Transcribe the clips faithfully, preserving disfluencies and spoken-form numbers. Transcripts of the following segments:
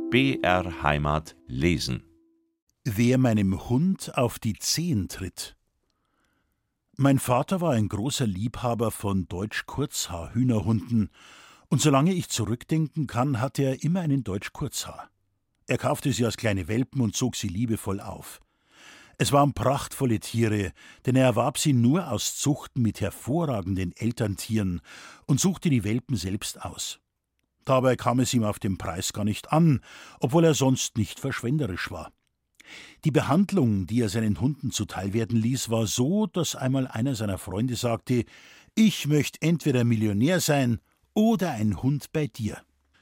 B R Heimat lesen. Wer meinem Hund auf die Zehen tritt. Mein Vater war ein großer Liebhaber von Deutsch-Kurzhaar-Hühnerhunden, und solange ich zurückdenken kann, hatte er immer einen Deutsch-Kurzhaar. Er kaufte sie als kleine Welpen und zog sie liebevoll auf. Es waren prachtvolle Tiere, denn er erwarb sie nur aus Zuchten mit hervorragenden Elterntieren und suchte die Welpen selbst aus. Dabei kam es ihm auf den Preis gar nicht an, obwohl er sonst nicht verschwenderisch war. Die Behandlung, die er seinen Hunden zuteilwerden ließ, war so, dass einmal einer seiner Freunde sagte: »Ich möchte entweder Millionär sein oder ein Hund bei dir.«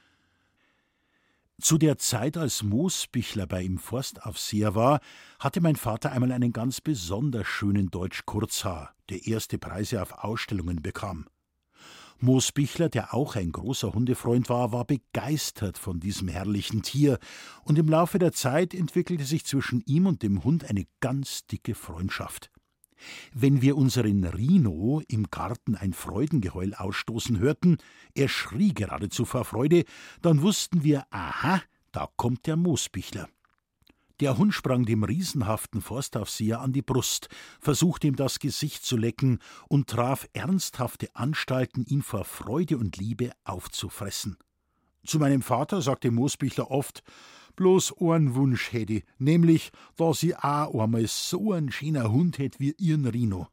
Zu der Zeit, als Moosbichler bei ihm Forstaufseher war, hatte mein Vater einmal einen ganz besonders schönen Deutsch-Kurzhaar, der erste Preise auf Ausstellungen bekam. Moosbichler, der auch ein großer Hundefreund war, war begeistert von diesem herrlichen Tier, und im Laufe der Zeit entwickelte sich zwischen ihm und dem Hund eine ganz dicke Freundschaft. Wenn wir unseren Rino im Garten ein Freudengeheul ausstoßen hörten, er schrie geradezu vor Freude, dann wussten wir, aha, da kommt der Moosbichler. Der Hund sprang dem riesenhaften Forstaufseher an die Brust, versuchte ihm das Gesicht zu lecken und traf ernsthafte Anstalten, ihn vor Freude und Liebe aufzufressen. Zu meinem Vater sagte Moosbichler oft: »Bloß einen Wunsch hätte, nämlich, dass ich auch einmal so ein schöner Hund hätte wie Ihren Rino.«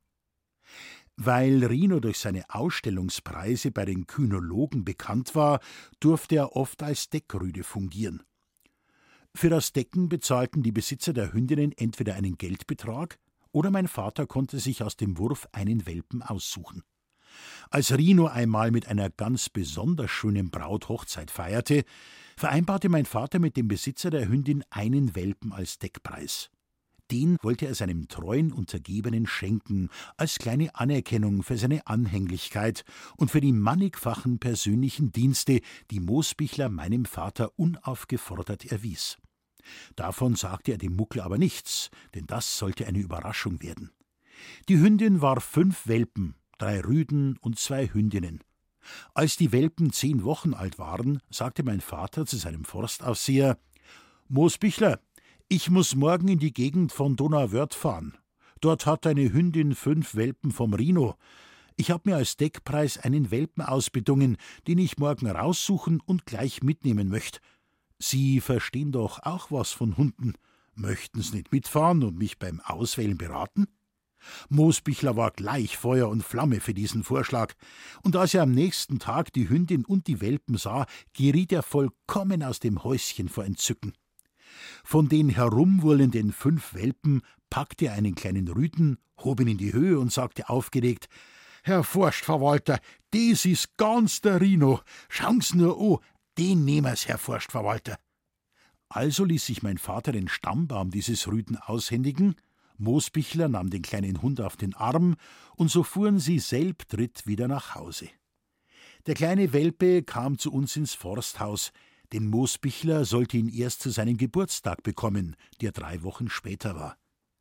Weil Rino durch seine Ausstellungspreise bei den Kynologen bekannt war, durfte er oft als Deckrüde fungieren. Für das Decken bezahlten die Besitzer der Hündinnen entweder einen Geldbetrag oder mein Vater konnte sich aus dem Wurf einen Welpen aussuchen. Als Rino einmal mit einer ganz besonders schönen Braut Hochzeit feierte, vereinbarte mein Vater mit dem Besitzer der Hündin einen Welpen als Deckpreis. Den wollte er seinem treuen Untergebenen schenken, als kleine Anerkennung für seine Anhänglichkeit und für die mannigfachen persönlichen Dienste, die Moosbichler meinem Vater unaufgefordert erwies. Davon sagte er dem Muckel aber nichts, denn das sollte eine Überraschung werden. Die Hündin war fünf Welpen, drei Rüden und zwei Hündinnen. Als die Welpen zehn Wochen alt waren, sagte mein Vater zu seinem Forstaufseher: »Moosbichler, ich muss morgen in die Gegend von Donauwörth fahren. Dort hat deine Hündin fünf Welpen vom Rino. Ich habe mir als Deckpreis einen Welpen ausbedungen, den ich morgen raussuchen und gleich mitnehmen möchte. Sie verstehen doch auch was von Hunden. Möchten's nicht mitfahren und mich beim Auswählen beraten?« Moosbichler war gleich Feuer und Flamme für diesen Vorschlag, und als er am nächsten Tag die Hündin und die Welpen sah, geriet er vollkommen aus dem Häuschen vor Entzücken. Von den herumwurlenden fünf Welpen packte er einen kleinen Rüden, hob ihn in die Höhe und sagte aufgeregt: »Herr Forstverwalter, des ist ganz der Rino. Schauen's nur an, den nehmer's, Herr Forstverwalter.« Also ließ sich mein Vater den Stammbaum dieses Rüden aushändigen, Moosbichler nahm den kleinen Hund auf den Arm, und so fuhren sie selbdritt wieder nach Hause. Der kleine Welpe kam zu uns ins Forsthaus, denn Moosbichler sollte ihn erst zu seinem Geburtstag bekommen, der drei Wochen später war.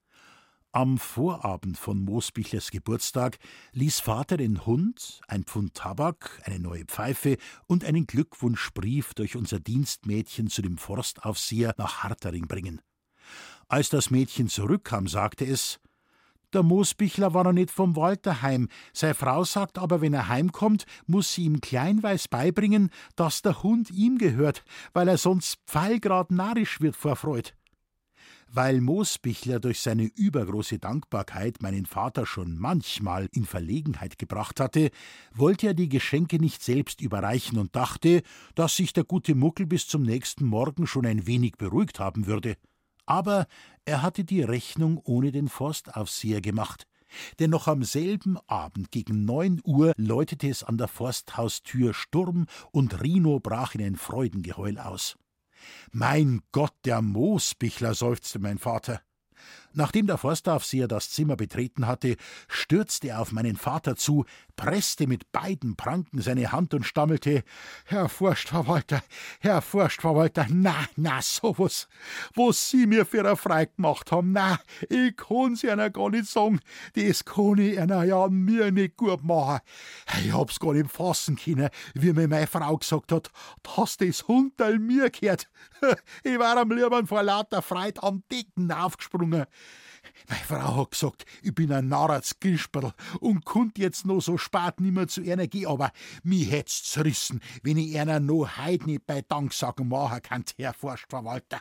Am Vorabend von Moosbichlers Geburtstag ließ Vater den Hund, ein Pfund Tabak, eine neue Pfeife und einen Glückwunschbrief durch unser Dienstmädchen zu dem Forstaufseher nach Hartering bringen. Als das Mädchen zurückkam, sagte es: »Der Moosbichler war noch nicht vom Wald daheim. Seine Frau sagt aber, wenn er heimkommt, muss sie ihm kleinweis beibringen, dass der Hund ihm gehört, weil er sonst pfeilgrad narrisch wird vor Freud.« Weil Moosbichler durch seine übergroße Dankbarkeit meinen Vater schon manchmal in Verlegenheit gebracht hatte, wollte er die Geschenke nicht selbst überreichen und dachte, dass sich der gute Muckel bis zum nächsten Morgen schon ein wenig beruhigt haben würde. Aber er hatte die Rechnung ohne den Forstaufseher gemacht, denn noch am selben Abend gegen neun Uhr läutete es an der Forsthaustür Sturm und Rino brach in ein Freudengeheul aus. »Mein Gott, der Moosbichler«, seufzte mein Vater. Nachdem der Forstaufseher das Zimmer betreten hatte, stürzte er auf meinen Vater zu, presste mit beiden Pranken seine Hand und stammelte: »Herr Forstverwalter, Herr Forstverwalter, na, na, sowas, was Sie mir für eine Freude gemacht haben, na, ich kann's einer gar nicht sagen, das kann ich einer ja mir nicht gut machen. Ich hab's gar nicht fassen können, wie mir meine Frau gesagt hat, dass das Hundal mir gehört. Ich war am liebsten vor lauter Freude am Decken aufgesprungen. Meine Frau hat gesagt, ich bin ein Narrats Gisperl und konnt jetzt noch so spät nimmer zu einer gehen, aber mich hätt's zerrissen, wenn ich einer noch heut nicht bei Danksagen machen kann, Herr Forstverwalter.«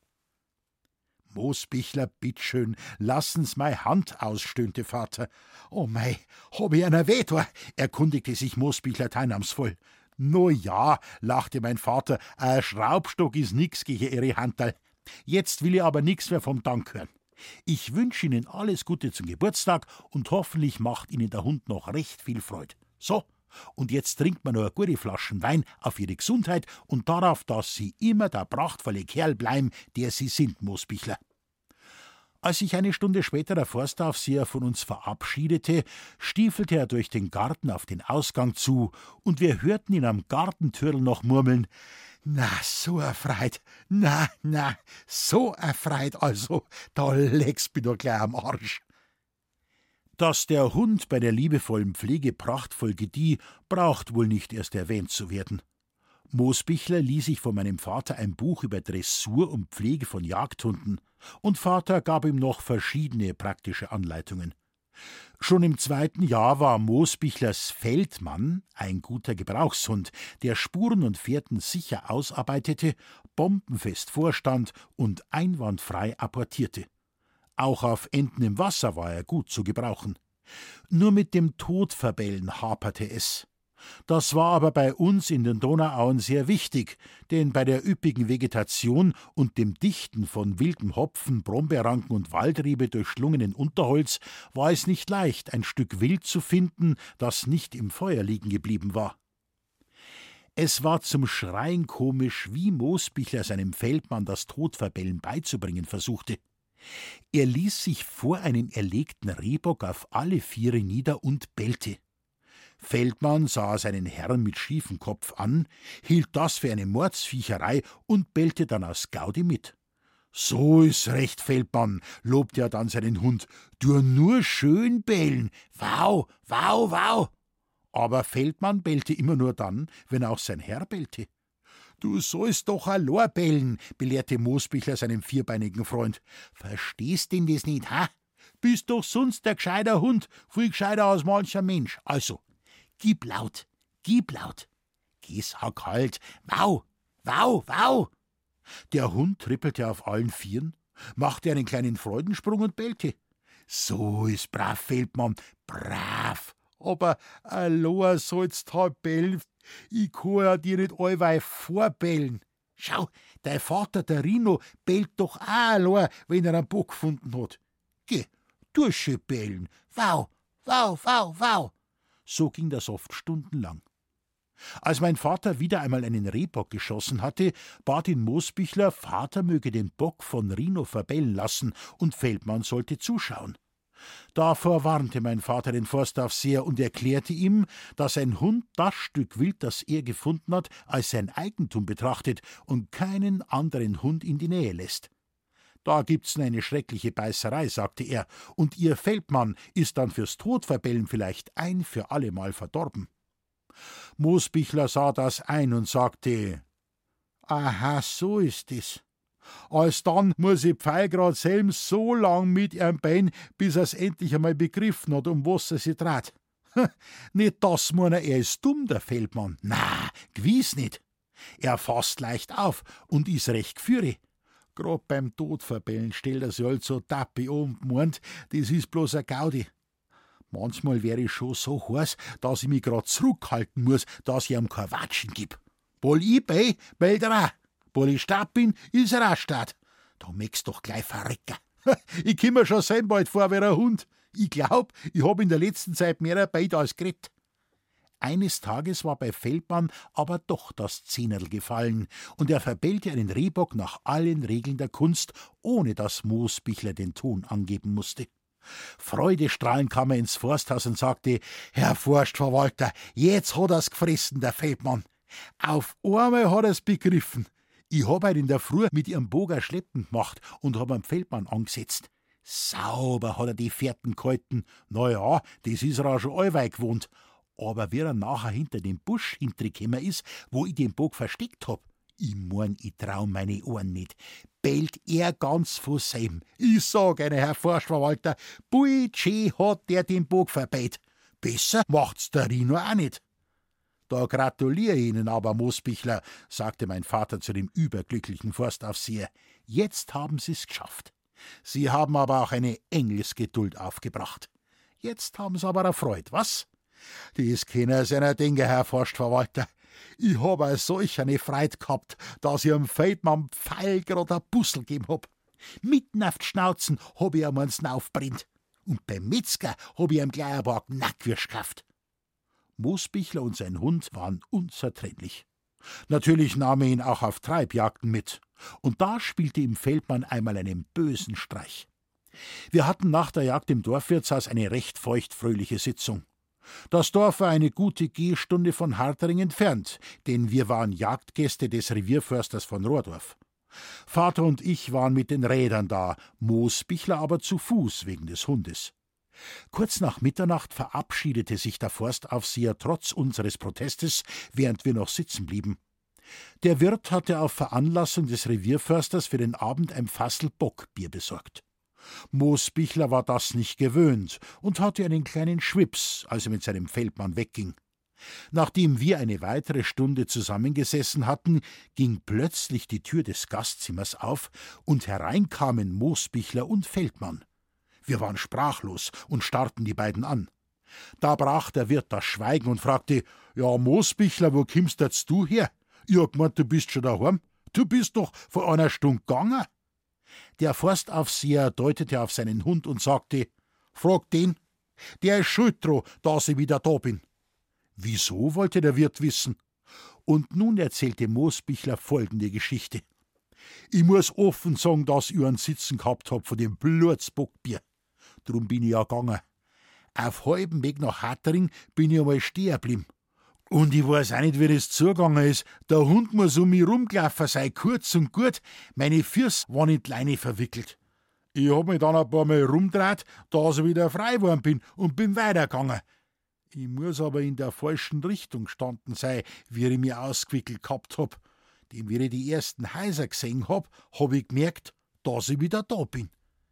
»Moosbichler, bittschön, lassen's mei Hand aus«, stöhnte Vater. »Oh mei, hab ich einer weh da?«, erkundigte sich Moosbichler teilnahmsvoll. »No ja«, lachte mein Vater, »ein Schraubstock is nix gegen Ihre Handal. Jetzt will ich aber nix mehr vom Dank hören. Ich wünsche Ihnen alles Gute zum Geburtstag und hoffentlich macht Ihnen der Hund noch recht viel Freude. So, und jetzt trinkt man noch eine gute Flaschen Wein auf Ihre Gesundheit und darauf, dass Sie immer der prachtvolle Kerl bleiben, der Sie sind, Moosbichler.« Als sich eine Stunde später der Forstaufseher von uns verabschiedete, stiefelte er durch den Garten auf den Ausgang zu, und wir hörten ihn am Gartentürl noch murmeln: »Na, so erfreut, na, na, so erfreut, also, da leckst mich doch gleich am Arsch.« Dass der Hund bei der liebevollen Pflege prachtvoll gedieh, braucht wohl nicht erst erwähnt zu werden. Moosbichler ließ sich von meinem Vater ein Buch über Dressur und Pflege von Jagdhunden, und Vater gab ihm noch verschiedene praktische Anleitungen. Schon im zweiten Jahr war Moosbichlers Feldmann, ein guter Gebrauchshund, der Spuren und Fährten sicher ausarbeitete, bombenfest vorstand und einwandfrei apportierte. Auch auf Enten im Wasser war er gut zu gebrauchen. Nur mit dem Todverbellen haperte es. Das war aber bei uns in den Donauauen sehr wichtig, denn bei der üppigen Vegetation und dem Dichten von wildem Hopfen, Brombeerranken und Waldrebe durchschlungenen Unterholz war es nicht leicht, ein Stück Wild zu finden, das nicht im Feuer liegen geblieben war. Es war zum Schreien komisch, wie Moosbichler seinem Feldmann das Todverbellen beizubringen versuchte. Er ließ sich vor einem erlegten Rehbock auf alle Viere nieder und bellte. Feldmann sah seinen Herrn mit schiefem Kopf an, hielt das für eine Mordsviecherei und bellte dann aus Gaudi mit. »So ist recht, Feldmann«, lobte er dann seinen Hund, »du nur schön bellen, wow, wow, wow.« Aber Feldmann bellte immer nur dann, wenn auch sein Herr bellte. »Du sollst doch allein bellen«, belehrte Moosbichler seinen vierbeinigen Freund. »Verstehst denn das nicht, ha? Bist doch sonst der gescheiter Hund, viel gescheiter als mancher Mensch. Also, gib laut, gib laut. Sag halt, wow, wow, wow.« Der Hund trippelte auf allen Vieren, machte einen kleinen Freudensprung und bellte. »So ist brav, Feldmann, brav. Aber allein sollst halt bellen. Ich kann ja dir nicht allweil vorbellen. Schau, dein Vater, der Rino, bellt doch auch allein, wenn er einen Bock gefunden hat. Geh, du schön bellen. Wow, wow, wow, wow.« So ging das oft stundenlang. Als mein Vater wieder einmal einen Rehbock geschossen hatte, bat ihn Moosbichler, Vater möge den Bock von Rino verbellen lassen und Feldmann sollte zuschauen. Davor warnte mein Vater den Forstaufseher und erklärte ihm, dass ein Hund das Stück Wild, das er gefunden hat, als sein Eigentum betrachtet und keinen anderen Hund in die Nähe lässt. »Da gibt's eine schreckliche Beißerei«, sagte er, »und Ihr Feldmann ist dann fürs Todverbellen vielleicht ein für allemal verdorben.« Moosbichler sah das ein und sagte: »Aha, so ist es. Alsdann muss ich Pfeilgrad selbst so lang mit ihm bein, bis er's endlich einmal begriffen hat, um was er sich dreht. Nicht das meiner, er ist dumm, der Feldmann. Na, gewiss nicht. Er fasst leicht auf und ist recht gführig. Grad beim Todverbellen stellt er sich halt so tappi um und meint, das ist bloß ein Gaudi. Manchmal wäre ich schon so heiß, dass ich mich grad zurückhalten muss, dass ich ihm kein Watschen gib. Bol ich bei, bellt er auch. Bol ich stark bin, ist er auch stark. Da möcht's doch gleich verrecken. Ich komm mir schon selber bald vor wie ein Hund. Ich glaub, ich hab in der letzten Zeit mehr erbeit als geredet.« Eines Tages war bei Feldmann aber doch das Zehnerl gefallen, und er verbellte einen Rehbock nach allen Regeln der Kunst, ohne dass Moosbichler den Ton angeben musste. Freudestrahlend kam er ins Forsthaus und sagte: »Herr Forstverwalter, jetzt hat er's gefressen, der Feldmann. Auf einmal hat er's begriffen. Ich hab heut in der Früh mit ihrem Boger Schleppen gemacht und hab am Feldmann angesetzt. Sauber hat er die Fährten gehalten. Na ja, das is er auch schon allweil gewohnt. Aber wie er nachher hinter dem Busch hintergekommen ist, wo ich den Bog versteckt hab, ich mein, ich trau meine Ohren nicht, bellt er ganz von seinem. Ich sag Ihnen, Herr Forstverwalter, Buitschi hat der den Bog verbeit. Besser macht's der Rino auch nicht. Da gratuliere ich Ihnen aber, Moosbichler, sagte mein Vater zu dem überglücklichen Forstaufseher. Jetzt haben Sie's geschafft. Sie haben aber auch eine Engelsgeduld aufgebracht. Jetzt haben's aber erfreut, was? Das können Sie nicht denken, Herr Forstverwalter. Ich hab a solch eine Freude gehabt, dass ich am Feldmann Pfeil grad a Bussel gegeben hab. Mitten auf die Schnauzen hab ich ihm eins aufbrennt. Und beim Metzger hab ich ihm gleich ein paar Knackwürsch gekauft. Moosbichler und sein Hund waren unzertrennlich. Natürlich nahm er ihn auch auf Treibjagden mit. Und da spielte ihm Feldmann einmal einen bösen Streich. Wir hatten nach der Jagd im Dorfwirtshaus eine recht feuchtfröhliche Sitzung. Das Dorf war eine gute Gehstunde von Hartering entfernt, denn wir waren Jagdgäste des Revierförsters von Rohrdorf. Vater und ich waren mit den Rädern da, Moosbichler aber zu Fuß wegen des Hundes. Kurz nach Mitternacht verabschiedete sich der Forstaufseher trotz unseres Protestes, während wir noch sitzen blieben. Der Wirt hatte auf Veranlassung des Revierförsters für den Abend ein Fassel Bockbier besorgt. Moosbichler war das nicht gewöhnt und hatte einen kleinen Schwips, als er mit seinem Feldmann wegging. Nachdem wir eine weitere Stunde zusammengesessen hatten, ging plötzlich die Tür des Gastzimmers auf und herein kamen Moosbichler und Feldmann. Wir waren sprachlos und starrten die beiden an. Da brach der Wirt das Schweigen und fragte: »Ja, Moosbichler, wo kommst jetzt du her? Ich hab gemeint, du bist schon daheim. Du bist doch vor einer Stunde gegangen.« Der Forstaufseher deutete auf seinen Hund und sagte: »Frag den, der ist schuld dran, dass ich wieder da bin.« Wieso, wollte der Wirt wissen. Und nun erzählte Moosbichler folgende Geschichte. »Ich muss offen sagen, dass ich einen Sitzen gehabt hab von dem Blutsbockbier. Drum bin ich ja gegangen. Auf halbem Weg nach Hartering bin ich einmal stehen geblieben. Und ich weiß auch nicht, wie das zugegangen ist. Der Hund muss um mich rumgelaufen sein, kurz und gut. Meine Füße waren in die Leine verwickelt. Ich hab mich dann ein paar Mal rumgedreht, dass ich wieder frei geworden bin und bin weitergegangen. Ich muss aber in der falschen Richtung gestanden sein, wie ich mich ausgewickelt gehabt hab. Denn wie ich die ersten Häuser gesehen hab, hab ich gemerkt, dass ich wieder da bin.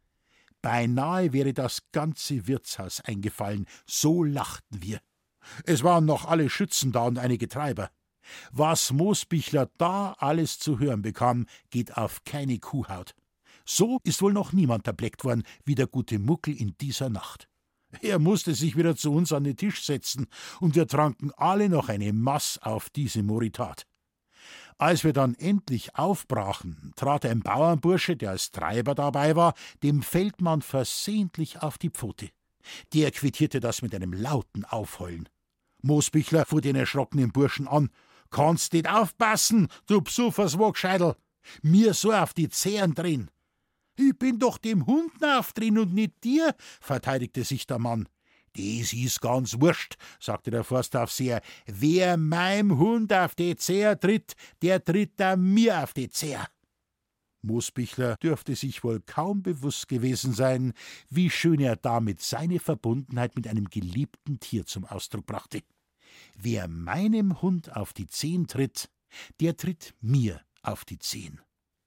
Beinahe wäre das ganze Wirtshaus eingefallen, so lachten wir. Es waren noch alle Schützen da und einige Treiber. Was Moosbichler da alles zu hören bekam, geht auf keine Kuhhaut. So ist wohl noch niemand erbleckt worden wie der gute Muckel in dieser Nacht. Er musste sich wieder zu uns an den Tisch setzen, und wir tranken alle noch eine Maß auf diese Moritat. Als wir dann endlich aufbrachen, trat ein Bauernbursche, der als Treiber dabei war, dem Feldmann versehentlich auf die Pfote. Der quittierte das mit einem lauten Aufheulen. Moosbichler fuhr den erschrockenen Burschen an. »Kannst nicht aufpassen, du Psufferswogscheidel! Mir so auf die Zehen drehen!« »Ich bin doch dem Hund aufdrehen und nicht dir«, verteidigte sich der Mann. »Das ist ganz wurscht«, sagte der Forstaufseher. »Wer meinem Hund auf die Zeher tritt, der tritt da mir auf die Zeher.« Moosbichler dürfte sich wohl kaum bewusst gewesen sein, wie schön er damit seine Verbundenheit mit einem geliebten Tier zum Ausdruck brachte. »Wer meinem Hund auf die Zehen tritt, der tritt mir auf die Zehen.«